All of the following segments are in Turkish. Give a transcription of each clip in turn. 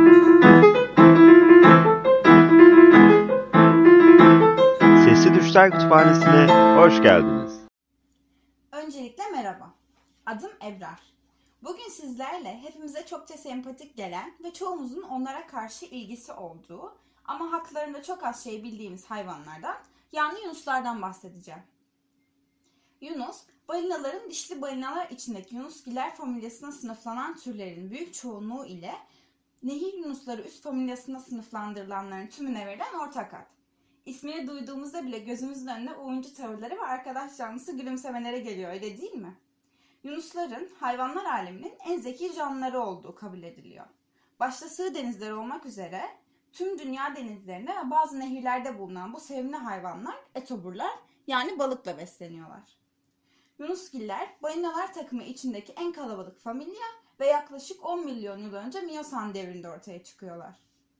Sesli Düşler Kütüphanesi'ne hoş geldiniz. Öncelikle merhaba. Adım Ebrar. Bugün sizlerle hepimize çokça sempatik gelen ve çoğumuzun onlara karşı ilgisi olduğu ama haklarında çok az şey bildiğimiz hayvanlardan, yani yunuslardan bahsedeceğim. Yunus, balinaların dişli balinalar içindeki yunusgiller familyasına sınıflanan türlerin büyük çoğunluğu ile nehir yunusları üst familyasına sınıflandırılanların tümüne verilen ortak ad. İsmini duyduğumuzda bile gözümüzün önüne oyuncu tavırları ve arkadaş canlısı gülümsemelere geliyor, öyle değil mi? Yunusların hayvanlar aleminin en zeki canlıları olduğu kabul ediliyor. Başta sığ denizler olmak üzere tüm dünya denizlerinde ve bazı nehirlerde bulunan bu sevimli hayvanlar etoburlar, yani balıkla besleniyorlar. Yunusgiller balinalar takımı içindeki en kalabalık familya ve yaklaşık 10 milyon yıl önce Miyosen devrinde ortaya çıkıyorlar.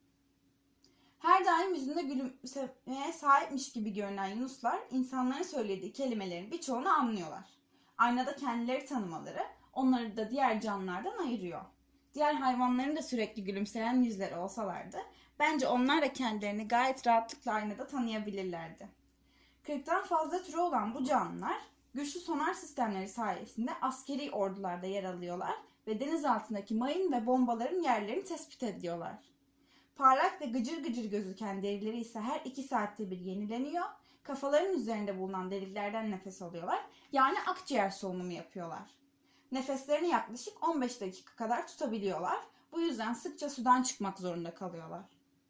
Her daim yüzünde gülümsemeye sahipmiş gibi görünen yunuslar insanların söylediği kelimelerin birçoğunu anlıyorlar. Aynada kendileri tanımaları onları da diğer canlılardan ayırıyor. Diğer hayvanların da sürekli gülümseyen yüzleri olsalardı bence onlar da kendilerini gayet rahatlıkla aynada tanıyabilirlerdi. 40'tan fazla türü olan bu canlılar güçlü sonar sistemleri sayesinde askeri ordularda yer alıyorlar ve deniz altındaki mayın ve bombaların yerlerini tespit ediyorlar. Parlak ve gıcır gıcır gözüken derileri ise her 2 saatte bir yenileniyor. Kafaların üzerinde bulunan deliklerden nefes alıyorlar. Yani akciğer solunumu yapıyorlar. Nefeslerini yaklaşık 15 dakika kadar tutabiliyorlar. Bu yüzden sıkça sudan çıkmak zorunda kalıyorlar.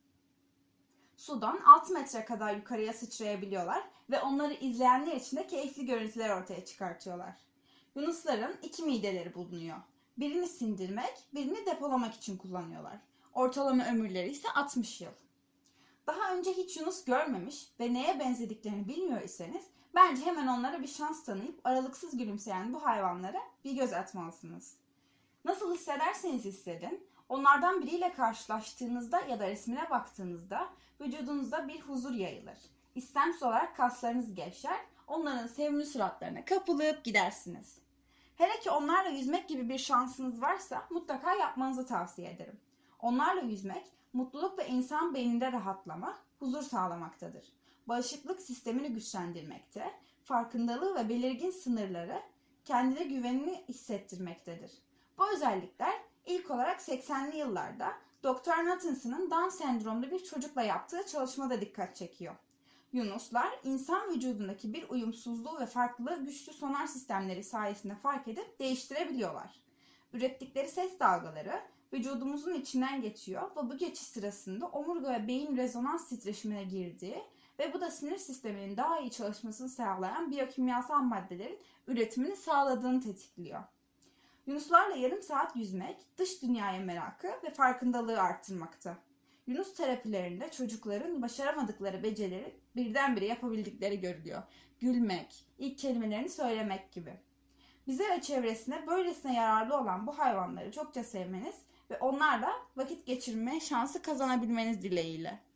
Sudan 6 metre kadar yukarıya sıçrayabiliyorlar ve onları izleyenler için de keyifli görüntüler ortaya çıkartıyorlar. Yunusların 2 mideleri bulunuyor. Birini sindirmek, birini depolamak için kullanıyorlar. Ortalama ömürleri ise 60 yıl. Daha önce hiç yunus görmemiş ve neye benzediklerini bilmiyor iseniz bence hemen onlara bir şans tanıyıp aralıksız gülümseyen bu hayvanlara bir göz atmalısınız. Nasıl hissederseniz hissedin, onlardan biriyle karşılaştığınızda ya da resmine baktığınızda vücudunuzda bir huzur yayılır. İstemsiz olarak kaslarınız gevşer, onların sevimli suratlarına kapılıp gidersiniz. Hele ki onlarla yüzmek gibi bir şansınız varsa mutlaka yapmanızı tavsiye ederim. Onlarla yüzmek, mutluluk ve insan beyninde rahatlama, huzur sağlamaktadır. Bağışıklık sistemini güçlendirmekte, farkındalığı ve belirgin sınırları kendine güvenini hissettirmektedir. Bu özellikler ilk olarak 80'li yıllarda Dr. Nathanson'ın Down sendromlu bir çocukla yaptığı çalışmada dikkat çekiyor. Yunuslar insan vücudundaki bir uyumsuzluğu ve farklılığı güçlü sonar sistemleri sayesinde fark edip değiştirebiliyorlar. Ürettikleri ses dalgaları vücudumuzun içinden geçiyor ve bu geçiş sırasında omurga ve beyin rezonans titreşimine girdiği ve bu da sinir sisteminin daha iyi çalışmasını sağlayan biyokimyasal maddelerin üretimini sağladığını tetikliyor. Yunuslarla yarım saat yüzmek, dış dünyaya merakı ve farkındalığı arttırmakta. Yunus terapilerinde çocukların başaramadıkları becerileri birdenbire yapabildikleri görülüyor. Gülmek, ilk kelimelerini söylemek gibi. Bize ve çevresine böylesine yararlı olan bu hayvanları çokça sevmeniz ve onlarla vakit geçirme şansı kazanabilmeniz dileğiyle.